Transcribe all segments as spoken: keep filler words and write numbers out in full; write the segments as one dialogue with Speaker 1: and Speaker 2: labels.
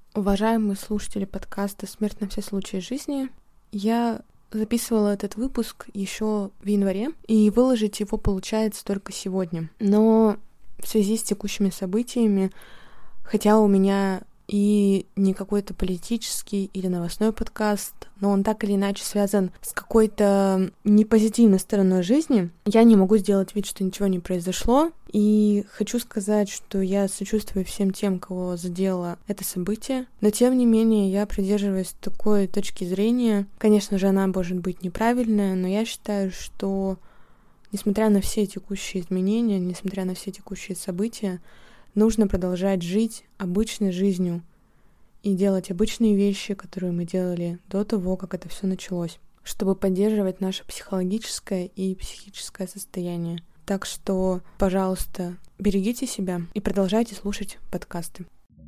Speaker 1: Уважаемые слушатели подкаста «Смерть на все случаи жизни», я записывала этот выпуск еще в январе, и выложить его получается только сегодня. Но в связи с текущими событиями, хотя у меня и не какой-то политический или новостной подкаст, но он так или иначе связан с какой-то непозитивной стороной жизни, я не могу сделать вид, что ничего не произошло. И хочу сказать, что я сочувствую всем тем, кого задело это событие. Но тем не менее, я придерживаюсь такой точки зрения. Конечно же, она может быть неправильная, но я считаю, что несмотря на все текущие изменения, несмотря на все текущие события, нужно продолжать жить обычной жизнью и делать обычные вещи, которые мы делали до того, как это все началось, чтобы поддерживать наше психологическое и психическое состояние. Так что, пожалуйста, берегите себя и продолжайте слушать подкасты.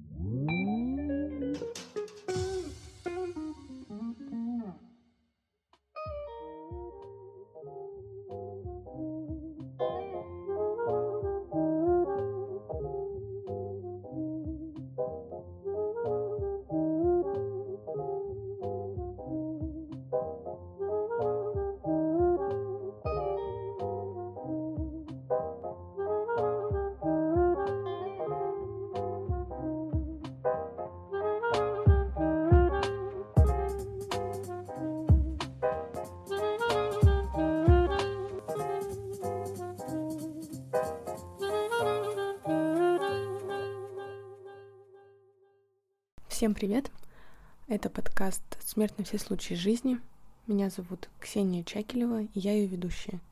Speaker 1: Всем привет! Это подкаст «Смерть на все случаи жизни». Меня зовут Ксения Чакелева, и я ее ведущая.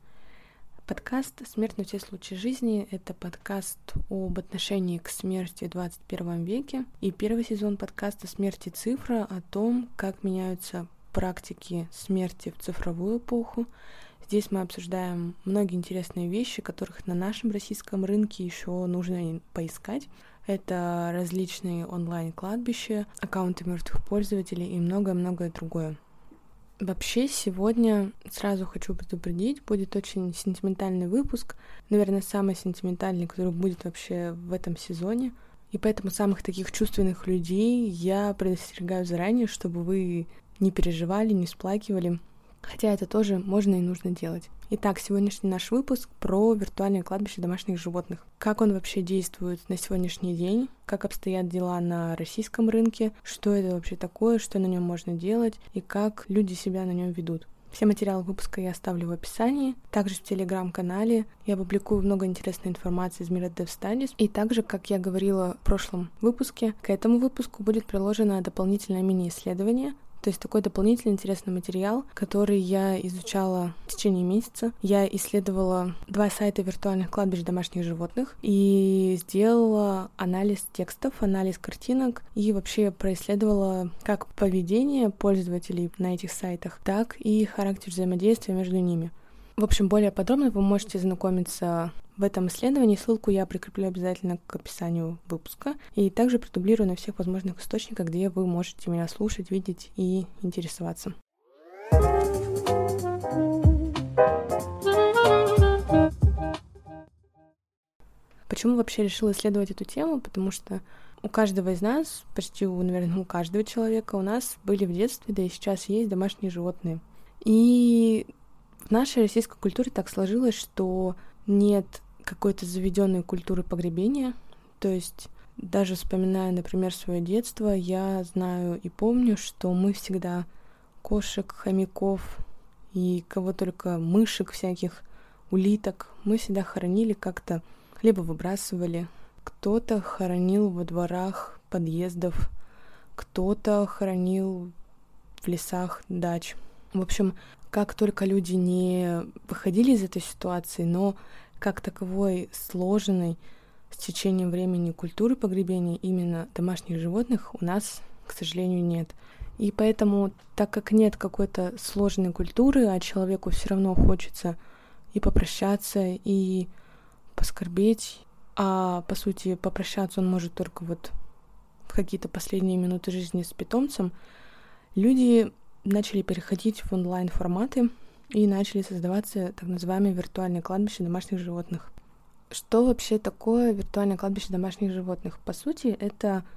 Speaker 1: Подкаст «Смерть на все случаи жизни» — это подкаст об отношении к смерти в двадцать первом веке, и первый сезон подкаста «Смерть и цифра» о том, как меняются практики смерти в цифровую эпоху. Здесь мы обсуждаем многие интересные вещи, которых на нашем российском рынке еще нужно поискать. Это различные онлайн-кладбища, аккаунты мертвых пользователей и многое-многое другое. Вообще, сегодня сразу хочу предупредить, будет очень сентиментальный выпуск, наверное, самый сентиментальный, который будет вообще в этом сезоне. И поэтому самых таких чувственных людей я предостерегаю заранее, чтобы вы не переживали, не всплакивали. Хотя это тоже можно и нужно делать. Итак, сегодняшний наш выпуск про виртуальное кладбище домашних животных. Как он вообще действует на сегодняшний день, как обстоят дела на российском рынке, что это вообще такое, что на нем можно делать и как люди себя на нем ведут. Все материалы выпуска я оставлю в описании. Также в телеграм-канале я публикую много интересной информации из мира DevStudies. И также, как я говорила в прошлом выпуске, к этому выпуску будет приложено дополнительное мини-исследование. То есть такой дополнительный интересный материал, который я изучала в течение месяца. Я исследовала два сайта виртуальных кладбищ домашних животных и сделала анализ текстов, анализ картинок и вообще происследовала как поведение пользователей на этих сайтах, так и характер взаимодействия между ними. В общем, более подробно вы можете знакомиться в этом исследовании. Ссылку я прикреплю обязательно к описанию выпуска. И также продублирую на всех возможных источниках, где вы можете меня слушать, видеть и интересоваться. Почему вообще решила исследовать эту тему? Потому что у каждого из нас, почти, у, наверное, у каждого человека у нас были в детстве, да и сейчас есть домашние животные. И в нашей российской культуре так сложилось, что нет какой-то заведенной культуры погребения. То есть даже вспоминая, например, свое детство, я знаю и помню, что мы всегда кошек, хомяков и кого только, мышек всяких, улиток, мы всегда хоронили как-то, либо выбрасывали. Кто-то хоронил во дворах подъездов, кто-то хоронил в лесах дач. В общем, как только люди не выходили из этой ситуации, но как таковой сложенной с течением времени культуры погребения именно домашних животных у нас, к сожалению, нет. И поэтому, так как нет какой-то сложной культуры, а человеку все равно хочется и попрощаться, и поскорбеть, а по сути попрощаться он может только вот в какие-то последние минуты жизни с питомцем, люди начали переходить в онлайн-форматы и начали создаваться так называемые виртуальные кладбища домашних животных. Что вообще такое виртуальное кладбище домашних животных? По сути, это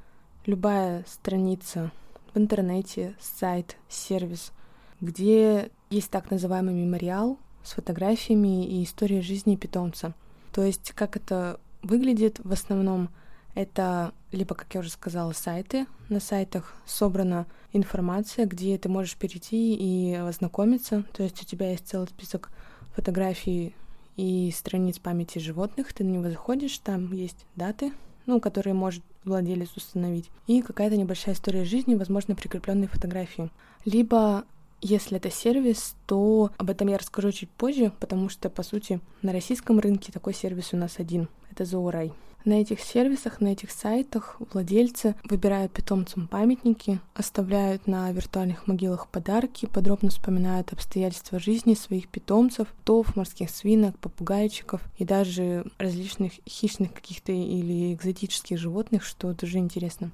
Speaker 1: любая страница в интернете, сайт, сервис, где есть так называемый мемориал с фотографиями и историей жизни питомца. То есть как это выглядит в основном, это либо, как я уже сказала, сайты. На сайтах собрана информация, где ты можешь перейти и ознакомиться. То есть у тебя есть целый список фотографий и страниц памяти животных. Ты на него заходишь, там есть даты, ну, которые может владелец установить, и какая-то небольшая история жизни, возможно, прикрепленные фотографии. Либо, если это сервис, то об этом я расскажу чуть позже, потому что, по сути, на российском рынке такой сервис у нас один. Это Зоорай. На этих сервисах, на этих сайтах владельцы выбирают питомцам памятники, оставляют на виртуальных могилах подарки, подробно вспоминают обстоятельства жизни своих питомцев, котов, морских свинок, попугайчиков и даже различных хищных каких-то или экзотических животных, что тоже интересно.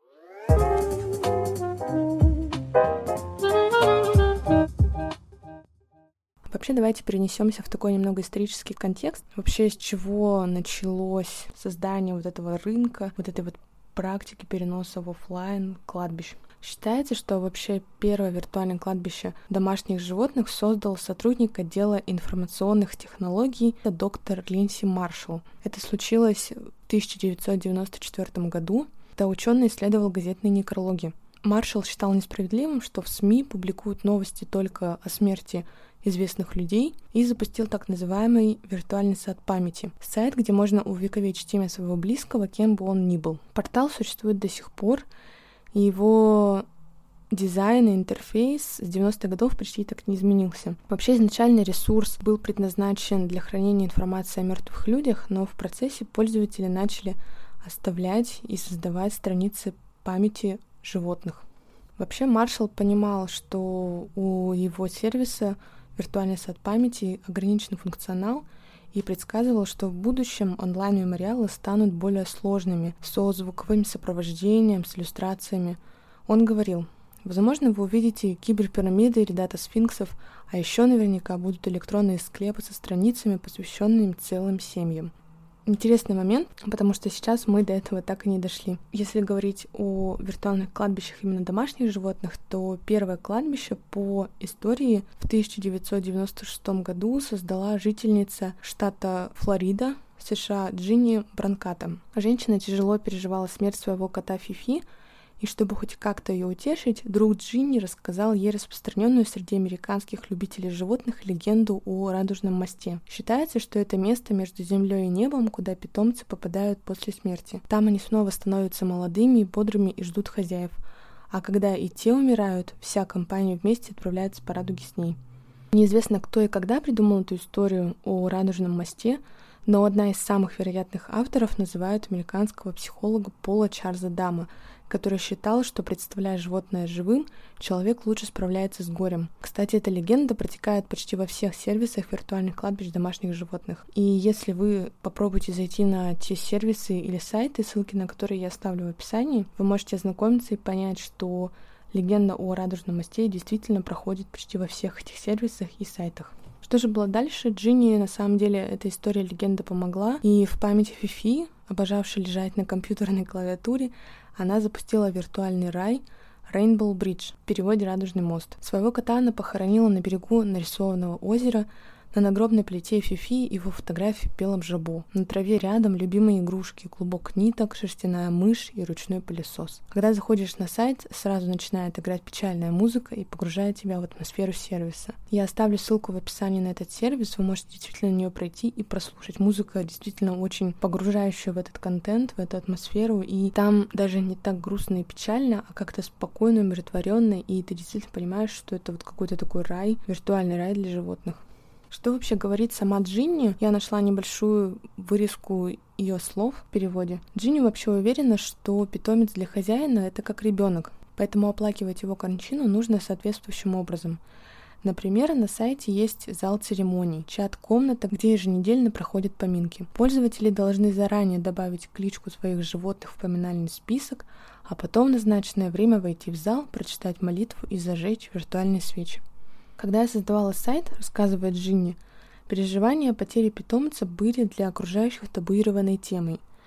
Speaker 1: Вообще, давайте перенесемся в такой немного исторический контекст. Вообще, с чего началось создание вот этого рынка, вот этой вот практики переноса в офлайн кладбищ. Считается, что вообще первое виртуальное кладбище домашних животных создал сотрудник отдела информационных технологий доктор Линдси Маршалл. Это случилось в тысяча девятьсот девяносто четвёртом году, когда ученый исследовал газетные некрологи. Маршалл считал несправедливым, что в СМИ публикуют новости только о смерти известных людей, и запустил так называемый виртуальный сад памяти. Сайт, где можно увековечить имя своего близкого, кем бы он ни был. Портал существует до сих пор, и его дизайн и интерфейс с девяностых годов почти так не изменился. Вообще, изначально ресурс был предназначен для хранения информации о мертвых людях, но в процессе пользователи начали оставлять и создавать страницы памяти животных. Вообще, Маршалл понимал, что у его сервиса виртуальный сад памяти ограниченный функционал, и предсказывал, что в будущем онлайн-мемориалы станут более сложными, со звуковым сопровождением, с иллюстрациями. Он говорил: возможно, вы увидите киберпирамиды или дата-сфинксов, а еще наверняка будут электронные склепы со страницами, посвященными целым семьям. Интересный момент, потому что сейчас мы до этого так и не дошли. Если говорить о виртуальных кладбищах именно домашних животных, то первое кладбище по истории в тысяча девятьсот девяносто шестом году создала жительница штата Флорида, США, Джинни Бранката. Женщина тяжело переживала смерть своего кота Фифи, и чтобы хоть как-то ее утешить, друг Джинни рассказал ей распространенную среди американских любителей животных легенду о Радужном мосте. Считается, что это место между землей и небом, куда питомцы попадают после смерти. Там они снова становятся молодыми, бодрыми и ждут хозяев. А когда и те умирают, вся компания вместе отправляется по радуге с ней. Неизвестно, кто и когда придумал эту историю о Радужном мосте, но одна из самых вероятных авторов называют американского психолога Пола Чарльза Дама, который считал, что, представляя животное живым, человек лучше справляется с горем. Кстати, эта легенда протекает почти во всех сервисах виртуальных кладбищ домашних животных. И если вы попробуете зайти на те сервисы или сайты, ссылки на которые я оставлю в описании, вы можете ознакомиться и понять, что легенда о Радужном мосте действительно проходит почти во всех этих сервисах и сайтах. Что же было дальше? Джинни, на самом деле, эта история легенды помогла, и в памяти Фифи, обожавшей лежать на компьютерной клавиатуре, она запустила виртуальный рай Rainbow Bridge, в переводе «Радужный мост». Своего кота она похоронила на берегу нарисованного озера. На нагробной плите Фифи его фотографии в белом жабо. На траве рядом любимые игрушки, клубок ниток, шерстяная мышь и ручной пылесос. Когда заходишь на сайт, сразу начинает играть печальная музыка и погружает тебя в атмосферу сервиса. Я оставлю ссылку в описании на этот сервис, вы можете действительно на нее пройти и прослушать. Музыка действительно очень погружающая в этот контент, в эту атмосферу, и там даже не так грустно и печально, а как-то спокойно, умиротворенно, и ты действительно понимаешь, что это вот какой-то такой рай, виртуальный рай для животных. Что вообще говорит сама Джинни? Я нашла небольшую вырезку ее слов в переводе. Джинни вообще уверена, что питомец для хозяина — это как ребенок, поэтому оплакивать его кончину нужно соответствующим образом. Например, на сайте есть зал церемоний, чат-комната, где еженедельно проходят поминки. Пользователи должны заранее добавить кличку своих животных в поминальный список, а потом в назначенное время войти в зал, прочитать молитву и зажечь виртуальные свечи. Когда я создавала сайт, рассказывает Джинни, переживания о потере питомца были для окружающих табуированной темой.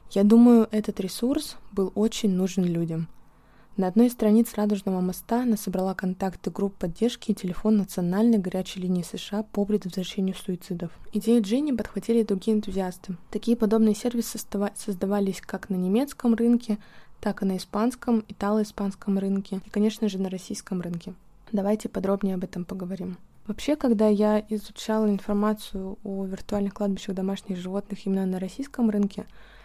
Speaker 1: Я думаю, этот ресурс был очень нужен людям. На одной из страниц «Радужного моста» она собрала контакты групп поддержки и телефон национальной горячей линии США по предотвращению суицидов. Идею Дженни подхватили и другие энтузиасты. Такие подобные сервисы создавались как на немецком рынке, так и на испанском, итало-испанском рынке и, конечно же, на российском рынке. Давайте подробнее об этом поговорим. Вообще, когда я изучала информацию о виртуальных кладбищах домашних животных именно на российском рынке,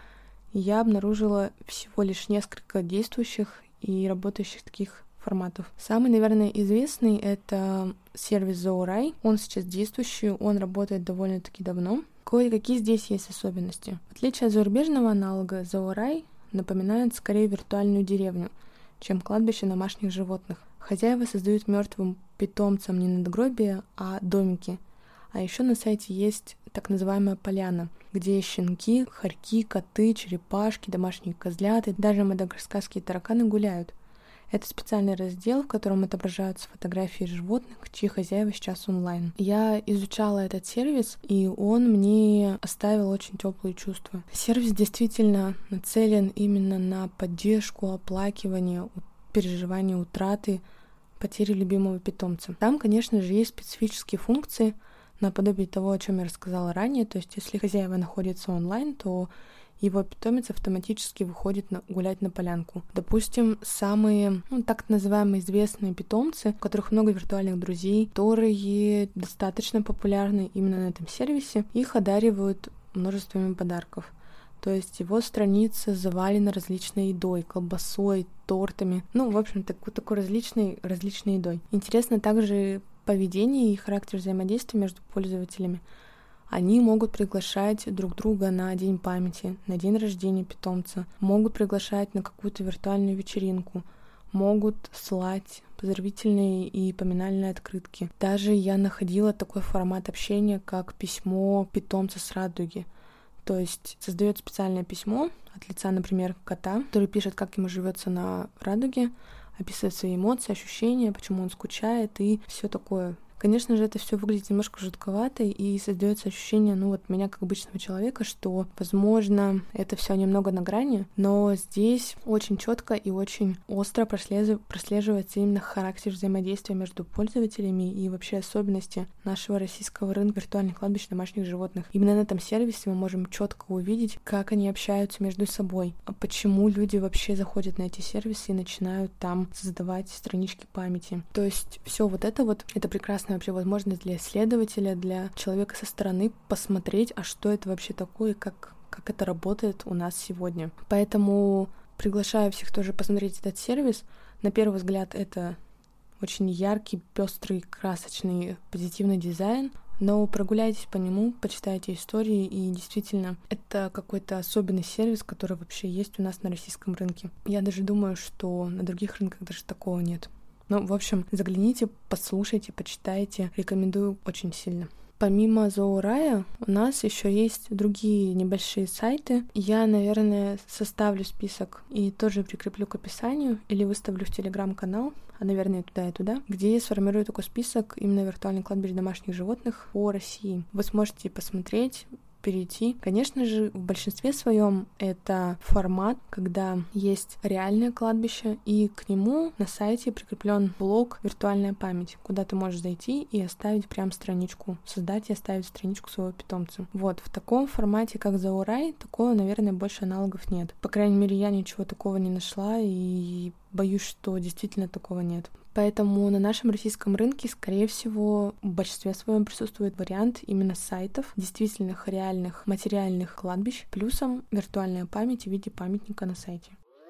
Speaker 1: я обнаружила всего лишь несколько действующих и работающих таких форматов. Самый, наверное, известный — это сервис Zoorай. Он сейчас действующий, он работает довольно-таки давно. Кое-какие здесь есть особенности. В отличие от зарубежного аналога, Zoorай напоминает скорее виртуальную деревню, чем кладбище домашних животных. Хозяева создают мертвым питомцам не надгробия, а домики. А еще на сайте есть так называемая поляна, где щенки, хорьки, коты, черепашки, домашние козляты, даже мадагаскарские тараканы гуляют. Это специальный раздел, в котором отображаются фотографии животных, чьи хозяева сейчас онлайн. Я изучала этот сервис, и он мне оставил очень теплые чувства. Сервис действительно нацелен именно на поддержку, оплакивание, переживание утраты, потери любимого питомца. Там, конечно же, есть специфические функции, наподобие того, о чем я рассказала ранее. То есть, если хозяева находятся онлайн, то его питомец автоматически выходит на, гулять на полянку. Допустим, самые, ну, так называемые известные питомцы, у которых много виртуальных друзей, которые достаточно популярны именно на этом сервисе, их одаривают множествами подарков. То есть его страница завалена различной едой, колбасой, тортами. Ну, в общем, такой, такой различной, различной едой. Интересно также поведение и характер взаимодействия между пользователями. Они могут приглашать друг друга на день памяти, на день рождения питомца, могут приглашать на какую-то виртуальную вечеринку, могут слать поздравительные и поминальные открытки. Даже я находила такой формат общения, как письмо питомца с радуги. То есть создает специальное письмо от лица, например, кота, который пишет, как ему живется на радуге, описывает свои эмоции, ощущения, почему он скучает и все такое. Конечно же, это все выглядит немножко жутковато, и создается ощущение, ну вот меня как обычного человека, что, возможно, это все немного на грани, но здесь очень четко и очень остро прослеживается именно характер взаимодействия между пользователями и вообще особенности нашего российского рынка виртуальных кладбищ домашних животных. Именно на этом сервисе мы можем четко увидеть, как они общаются между собой, почему люди вообще заходят на эти сервисы и начинают там создавать странички памяти. То есть все вот это вот, это прекрасная вообще возможность для исследователя, для человека со стороны посмотреть, а что это вообще такое, и как, как это работает у нас сегодня. Поэтому приглашаю всех тоже посмотреть этот сервис. На первый взгляд это очень яркий, пестрый, красочный, позитивный дизайн, но прогуляйтесь по нему, почитайте истории, и действительно это какой-то особенный сервис, который вообще есть у нас на российском рынке. Я даже думаю, что на других рынках даже такого нет. Ну, в общем, загляните, послушайте, почитайте. Рекомендую очень сильно. Помимо Zooraya у нас еще есть другие небольшие сайты. Я, наверное, составлю список и тоже прикреплю к описанию или выставлю в Телеграм-канал, а, наверное, и туда, и туда, где я сформирую такой список именно виртуальных кладбищ домашних животных по России. Вы сможете посмотреть, перейти. Конечно же, в большинстве своем это формат, когда есть реальное кладбище, и к нему на сайте прикреплен блок «Виртуальная память», куда ты можешь зайти и оставить прям страничку, создать и оставить страничку своего питомца. Вот, в таком формате, как Zoorай, такого, наверное, больше аналогов нет. По крайней мере, я ничего такого не нашла, и боюсь, что действительно такого нет. Поэтому на нашем российском рынке, скорее всего, в большинстве своем присутствует вариант именно сайтов, действительных реальных материальных кладбищ, плюсом виртуальная память в виде памятника на сайте.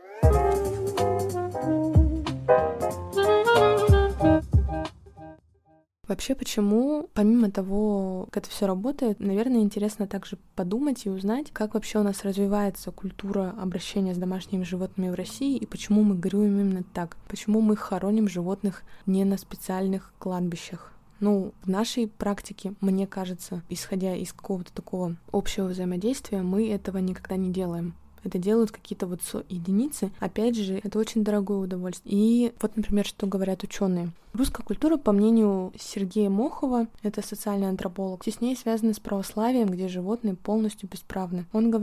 Speaker 1: Вообще, почему, помимо того, как это все работает, наверное, интересно также подумать и узнать, как вообще у нас развивается культура обращения с домашними животными в России и почему мы горюем именно так, почему мы хороним животных не на специальных кладбищах. Ну, в нашей практике, мне кажется, исходя из какого-то такого общего взаимодействия, мы этого никогда не делаем. Это делают какие-то вот единицы. Опять же, это очень дорогое удовольствие. И вот, например, что говорят ученые. Русская культура, по мнению Сергея Мохова, это социальный антрополог, теснее связана с православием, где животные полностью бесправны. Он говорит: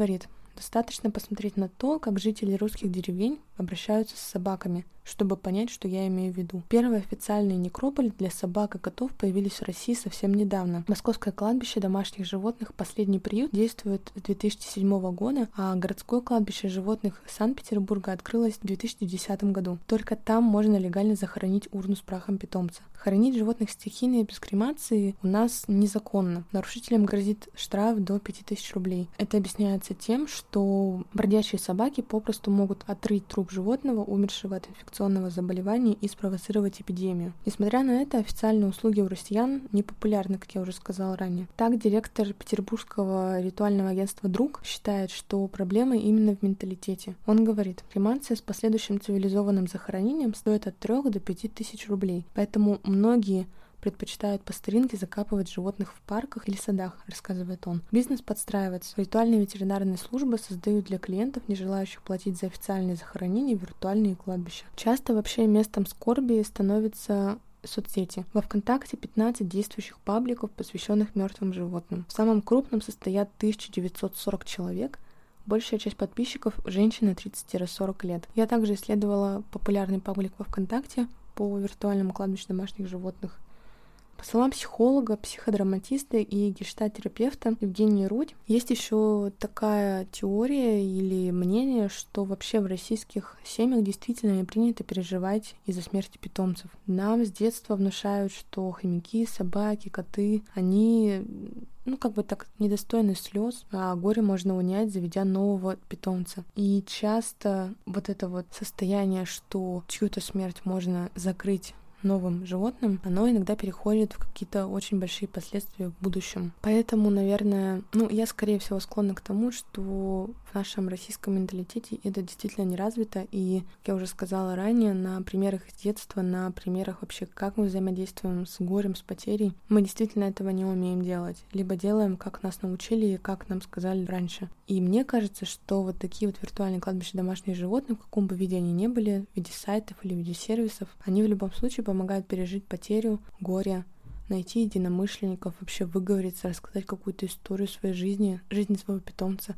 Speaker 1: Достаточно посмотреть на то, как жители русских деревень обращаются с собаками, чтобы понять, что я имею в виду. Первые официальные некрополи для собак и котов появились в России совсем недавно. Московское кладбище домашних животных «Последний приют» действует с две тысячи седьмого года, а городское кладбище животных Санкт-Петербурга открылось в две тысячи десятом году. Только там можно легально захоронить урну с прахом питомца. Хоронить животных стихийно и без кремации у нас незаконно. Нарушителям грозит штраф до пяти тысяч рублей. Это объясняется тем, что бродячие собаки попросту могут отрыть труп животного, умершего от инфекционного заболевания, и спровоцировать эпидемию. Несмотря на это, официальные услуги у россиян не популярны, как я уже сказала ранее. Так, директор петербургского ритуального агентства «Друг» считает, что проблема именно в менталитете. Он говорит, кремация с последующим цивилизованным захоронением стоит от трёх до пяти тысяч рублей, поэтому многие предпочитают по старинке закапывать животных в парках или садах, рассказывает он. Бизнес подстраивается. Ритуальные ветеринарные службы создают для клиентов, не желающих платить за официальные захоронения, виртуальные кладбища. Часто вообще местом скорби становятся соцсети. Во ВКонтакте пятнадцать действующих пабликов, посвященных мертвым животным. В самом крупном состоят тысяча девятьсот сорок человек. Большая часть подписчиков – женщины тридцать-сорок лет. Я также исследовала популярный паблик во ВКонтакте по виртуальному кладбищу домашних животных. По словам психолога, психодраматиста и гештальт-терапевта Евгении Рудь, есть еще такая теория или мнение, что вообще в российских семьях действительно не принято переживать из-за смерти питомцев. Нам с детства внушают, что хомяки, собаки, коты, они, ну, как бы так, недостойны слез, а горе можно унять, заведя нового питомца. И часто вот это вот состояние, что чью-то смерть можно закрыть новым животным, оно иногда переходит в какие-то очень большие последствия в будущем. Поэтому, наверное, ну, я, скорее всего, склонна к тому, что в нашем российском менталитете это действительно не развито, и, как я уже сказала ранее, на примерах из детства, на примерах вообще, как мы взаимодействуем с горем, с потерей, мы действительно этого не умеем делать. Либо делаем, как нас научили и как нам сказали раньше. И мне кажется, что вот такие вот виртуальные кладбища домашних животных, в каком бы виде они ни были, в виде сайтов или в виде сервисов, они в любом случае помогают пережить потерю, горе, найти единомышленников, вообще выговориться, рассказать какую-то историю своей жизни, жизни своего питомца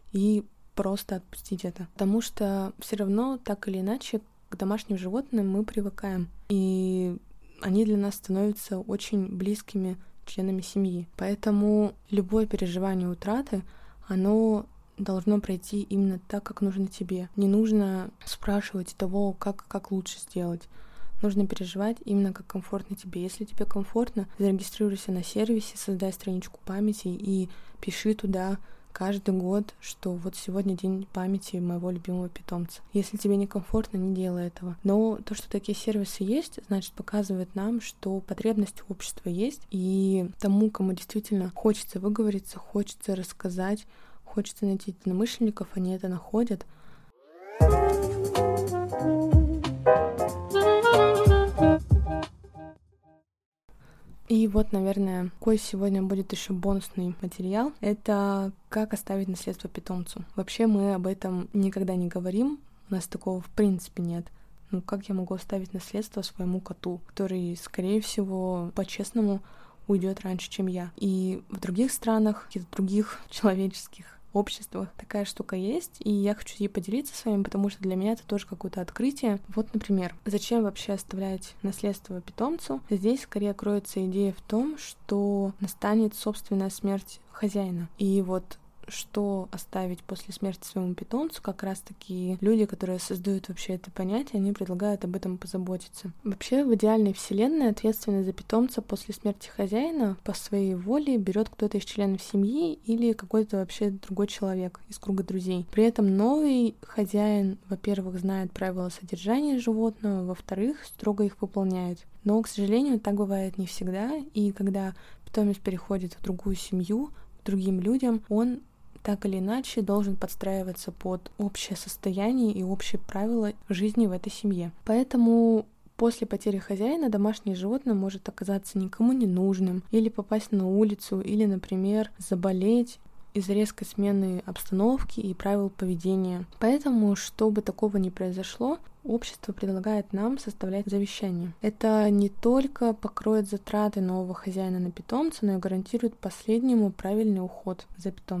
Speaker 1: и просто отпустить это. Потому что все равно, так или иначе, к домашним животным мы привыкаем. И они для нас становятся очень близкими членами семьи. Поэтому любое переживание утраты, оно должно пройти именно так, как нужно тебе. Не нужно спрашивать того, как, как лучше сделать. Нужно переживать именно как комфортно тебе. Если тебе комфортно, зарегистрируйся на сервисе, создай страничку памяти и пиши туда каждый год, что вот сегодня день памяти моего любимого питомца. Если тебе некомфортно, не делай этого. Но то, что такие сервисы есть, значит, показывает нам, что потребность общества есть, и тому, кому действительно хочется выговориться, хочется рассказать, хочется найти единомышленников, они это находят. И вот, наверное, какой сегодня будет еще бонусный материал. Это как оставить наследство питомцу. Вообще мы об этом никогда не говорим, у нас такого в принципе нет. Ну как я могу оставить наследство своему коту, который, скорее всего, по-честному уйдет раньше, чем я. И в других странах, в каких-то других человеческих обществах такая штука есть, и я хочу ей поделиться с вами, потому что для меня это тоже какое-то открытие. Вот, например, зачем вообще оставлять наследство питомцу? Здесь скорее кроется идея в том, что настанет собственная смерть хозяина. И вот что оставить после смерти своему питомцу, как раз-таки люди, которые создают вообще это понятие, они предлагают об этом позаботиться. Вообще, в идеальной вселенной ответственность за питомца после смерти хозяина по своей воле берет кто-то из членов семьи или какой-то вообще другой человек из круга друзей. При этом новый хозяин, во-первых, знает правила содержания животного, во-вторых, строго их выполняет. Но, к сожалению, так бывает не всегда, и когда питомец переходит в другую семью, к другим людям, он так или иначе должен подстраиваться под общее состояние и общие правила жизни в этой семье. Поэтому после потери хозяина домашнее животное может оказаться никому не нужным, или попасть на улицу, или, например, заболеть из-за резкой смены обстановки и правил поведения. Поэтому, чтобы такого не произошло, общество предлагает нам составлять завещание. Это не только покроет затраты нового хозяина на питомца, но и гарантирует последнему правильный уход за питомцем.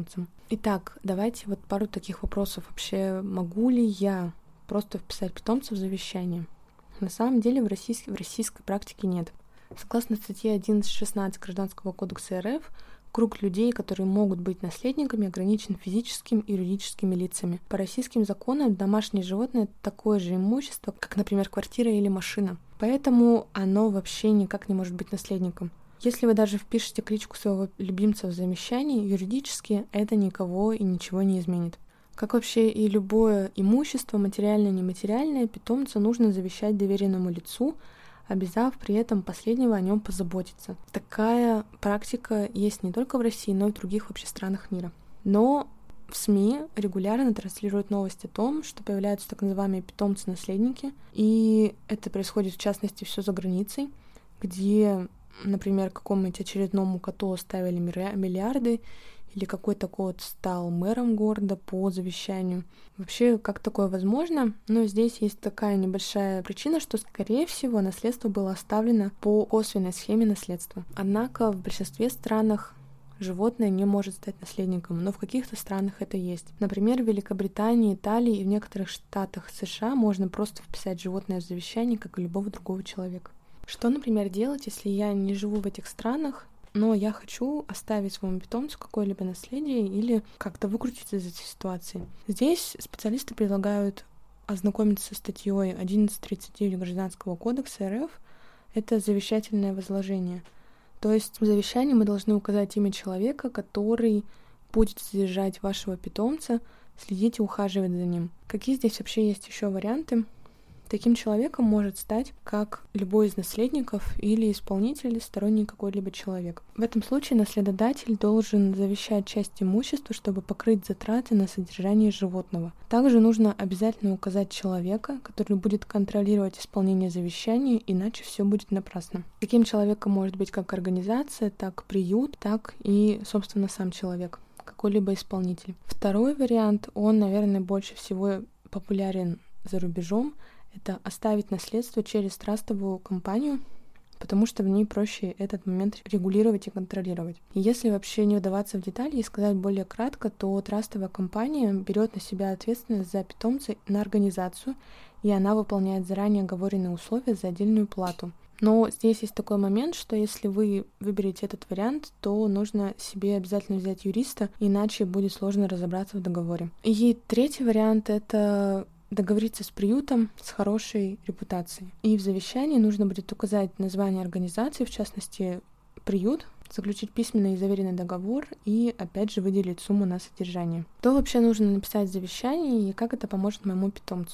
Speaker 1: Итак, давайте вот пару таких вопросов. Вообще, могу ли я просто вписать питомца в завещание? На самом деле в российской, в российской практике нет. Согласно статье одиннадцать шестнадцать Гражданского кодекса РФ, круг людей, которые могут быть наследниками, ограничен физическими и юридическими лицами. По российским законам домашнее животное — это такое же имущество, как, например, квартира или машина. Поэтому оно вообще никак не может быть наследником. Если вы даже впишете кличку своего любимца в завещание, юридически это никого и ничего не изменит. Как вообще и любое имущество, материальное и нематериальное, питомца нужно завещать доверенному лицу, обязав при этом последнего о нем позаботиться. Такая практика есть не только в России, но и в других вообще странах мира. Но в СМИ регулярно транслируют новости о том, что появляются так называемые питомцы-наследники, и это происходит в частности все за границей, где, например, какому-нибудь очередному коту оставили миллиарды, или какой-то кот стал мэром города по завещанию. Вообще, как такое возможно? Но здесь есть такая небольшая причина, что, скорее всего, наследство было оставлено по косвенной схеме наследства. Однако в большинстве странах животное не может стать наследником, но в каких-то странах это есть. Например, в Великобритании, Италии и в некоторых штатах США можно просто вписать животное в завещание, как и любого другого человека. Что, например, делать, если я не живу в этих странах, но я хочу оставить своему питомцу какое-либо наследие или как-то выкрутиться из этой ситуации? Здесь специалисты предлагают ознакомиться со статьей одиннадцать тридцать девять Гражданского кодекса РФ. Это завещательное возложение. То есть в завещании мы должны указать имя человека, который будет содержать вашего питомца, следить и ухаживать за ним. Какие здесь вообще есть еще варианты? Таким человеком может стать как любой из наследников или исполнитель, сторонний какой-либо человек. В этом случае наследодатель должен завещать часть имущества, чтобы покрыть затраты на содержание животного. Также нужно обязательно указать человека, который будет контролировать исполнение завещания, иначе все будет напрасно. Таким человеком может быть как организация, так приют, так и, собственно, сам человек, какой-либо исполнитель. Второй вариант, он, наверное, больше всего популярен за рубежом. Это оставить наследство через трастовую компанию, потому что в ней проще этот момент регулировать и контролировать. И если вообще не вдаваться в детали и сказать более кратко, то трастовая компания берет на себя ответственность за питомца на организацию, и она выполняет заранее оговоренные условия за отдельную плату. Но здесь есть такой момент, что если вы выберете этот вариант, то нужно себе обязательно взять юриста, иначе будет сложно разобраться в договоре. И третий вариант — это договориться с приютом с хорошей репутацией. И в завещании нужно будет указать название организации, в частности, приют, заключить письменный и заверенный договор и, опять же, выделить сумму на содержание. Что вообще нужно написать в завещании и как это поможет моему питомцу?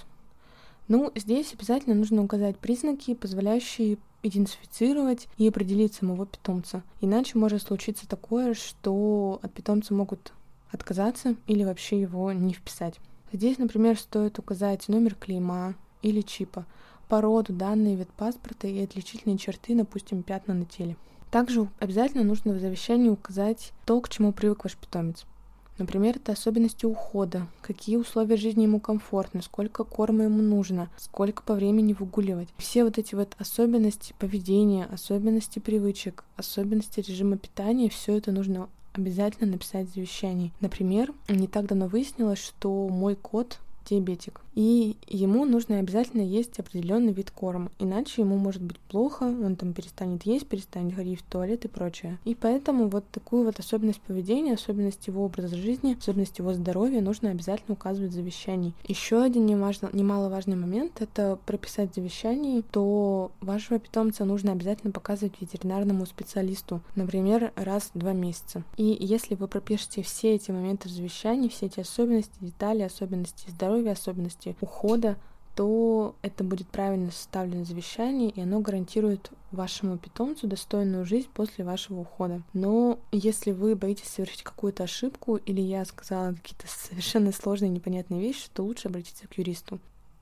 Speaker 1: Ну, здесь обязательно нужно указать признаки, позволяющие идентифицировать и определить самого питомца. Иначе может случиться такое, что от питомца могут отказаться или вообще его не вписать. Здесь, например, стоит указать номер клейма или чипа, породу, данные, вид паспорта и отличительные черты, допустим, пятна на теле. Также обязательно нужно в завещании указать то, к чему привык ваш питомец. Например, это особенности ухода, какие условия жизни ему комфортны, сколько корма ему нужно, сколько по времени выгуливать. Все вот эти вот особенности поведения, особенности привычек, особенности режима питания, все это нужно обязательно написать в завещании. Например, не так давно выяснилось, что мой кот диабетик, и ему нужно обязательно есть определенный вид корма, иначе ему может быть плохо, он там перестанет есть, перестанет ходить в туалет и прочее. И поэтому вот такую вот особенность поведения, особенность его образа жизни, особенность его здоровья нужно обязательно указывать в завещании. Еще один немажно, немаловажный момент — это прописать в завещании, то вашего питомца нужно обязательно показывать ветеринарному специалисту, например, раз в два месяца. И если вы пропишете все эти моменты в завещании, все эти особенности, детали, особенности здоровья, особенности ухода, то это будет правильно составлено завещание, и оно гарантирует вашему питомцу достойную жизнь после вашего ухода. Но если вы боитесь совершить какую-то ошибку, или я сказала какие-то совершенно сложные, непонятные вещи, то лучше обратиться к юристу.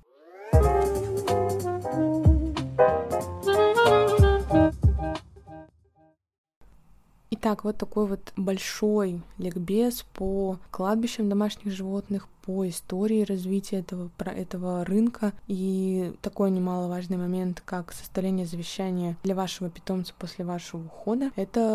Speaker 1: Итак, вот такой вот большой ликбез по кладбищам домашних животных, по истории развития этого, этого рынка и такой немаловажный момент, как составление завещания для вашего питомца после вашего ухода. Это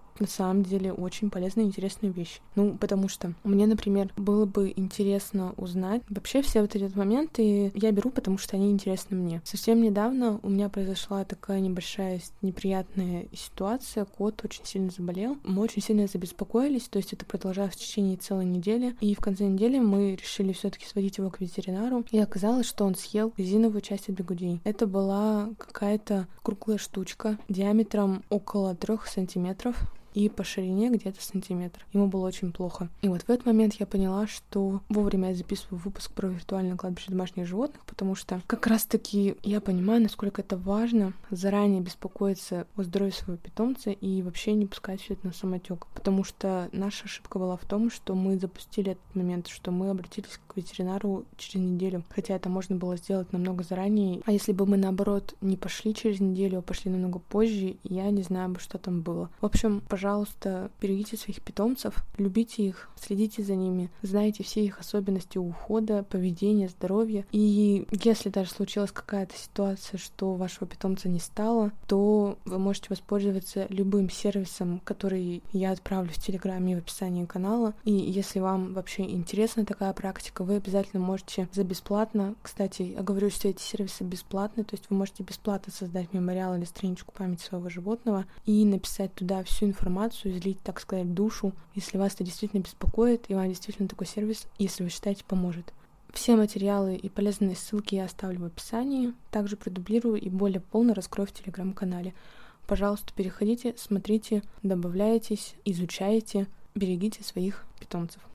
Speaker 1: на самом деле очень полезные и интересные вещи. Ну, потому что мне, например, было бы интересно узнать вообще все вот эти моменты я беру, потому что они интересны мне. Совсем недавно у меня произошла такая небольшая неприятная ситуация. Кот очень сильно заболел. Мы очень сильно забеспокоились, то есть это продолжалось в течение целой недели. И в конце недели мы решили все-таки сводить его к ветеринару. И оказалось, что он съел резиновую часть от бигудей. Это была какая-то круглая штучка диаметром около трех сантиметров и по ширине где-то сантиметр. Ему было очень плохо. И вот в этот момент я поняла, что вовремя я записываю выпуск про виртуальное кладбище домашних животных, потому что как раз-таки я понимаю, насколько это важно заранее беспокоиться о здоровье своего питомца и вообще не пускать все это на самотек. Потому что наша ошибка была в том, что мы запустили этот момент, что мы обратились к ветеринару через неделю, хотя это можно было сделать намного заранее. А если бы мы, наоборот, не пошли через неделю, а пошли намного позже, я не знаю бы, что там было. В общем, пожалуйста, берегите своих питомцев, любите их, следите за ними, знайте все их особенности ухода, поведения, здоровья. И если даже случилась какая-то ситуация, что вашего питомца не стало, то вы можете воспользоваться любым сервисом, который я отправлю в Телеграме и в описании канала. И если вам вообще интересна такая практика, вы обязательно можете за бесплатно, кстати, я говорю, что эти сервисы бесплатные, то есть вы можете бесплатно создать мемориал или страничку памяти своего животного и написать туда всю информацию, излить, так сказать, душу, если вас это действительно беспокоит, и вам действительно такой сервис, если вы считаете, поможет. Все материалы и полезные ссылки я оставлю в описании, также продублирую и более полно раскрою в Телеграм-канале. Пожалуйста, переходите, смотрите, добавляйтесь, изучайте, берегите своих питомцев.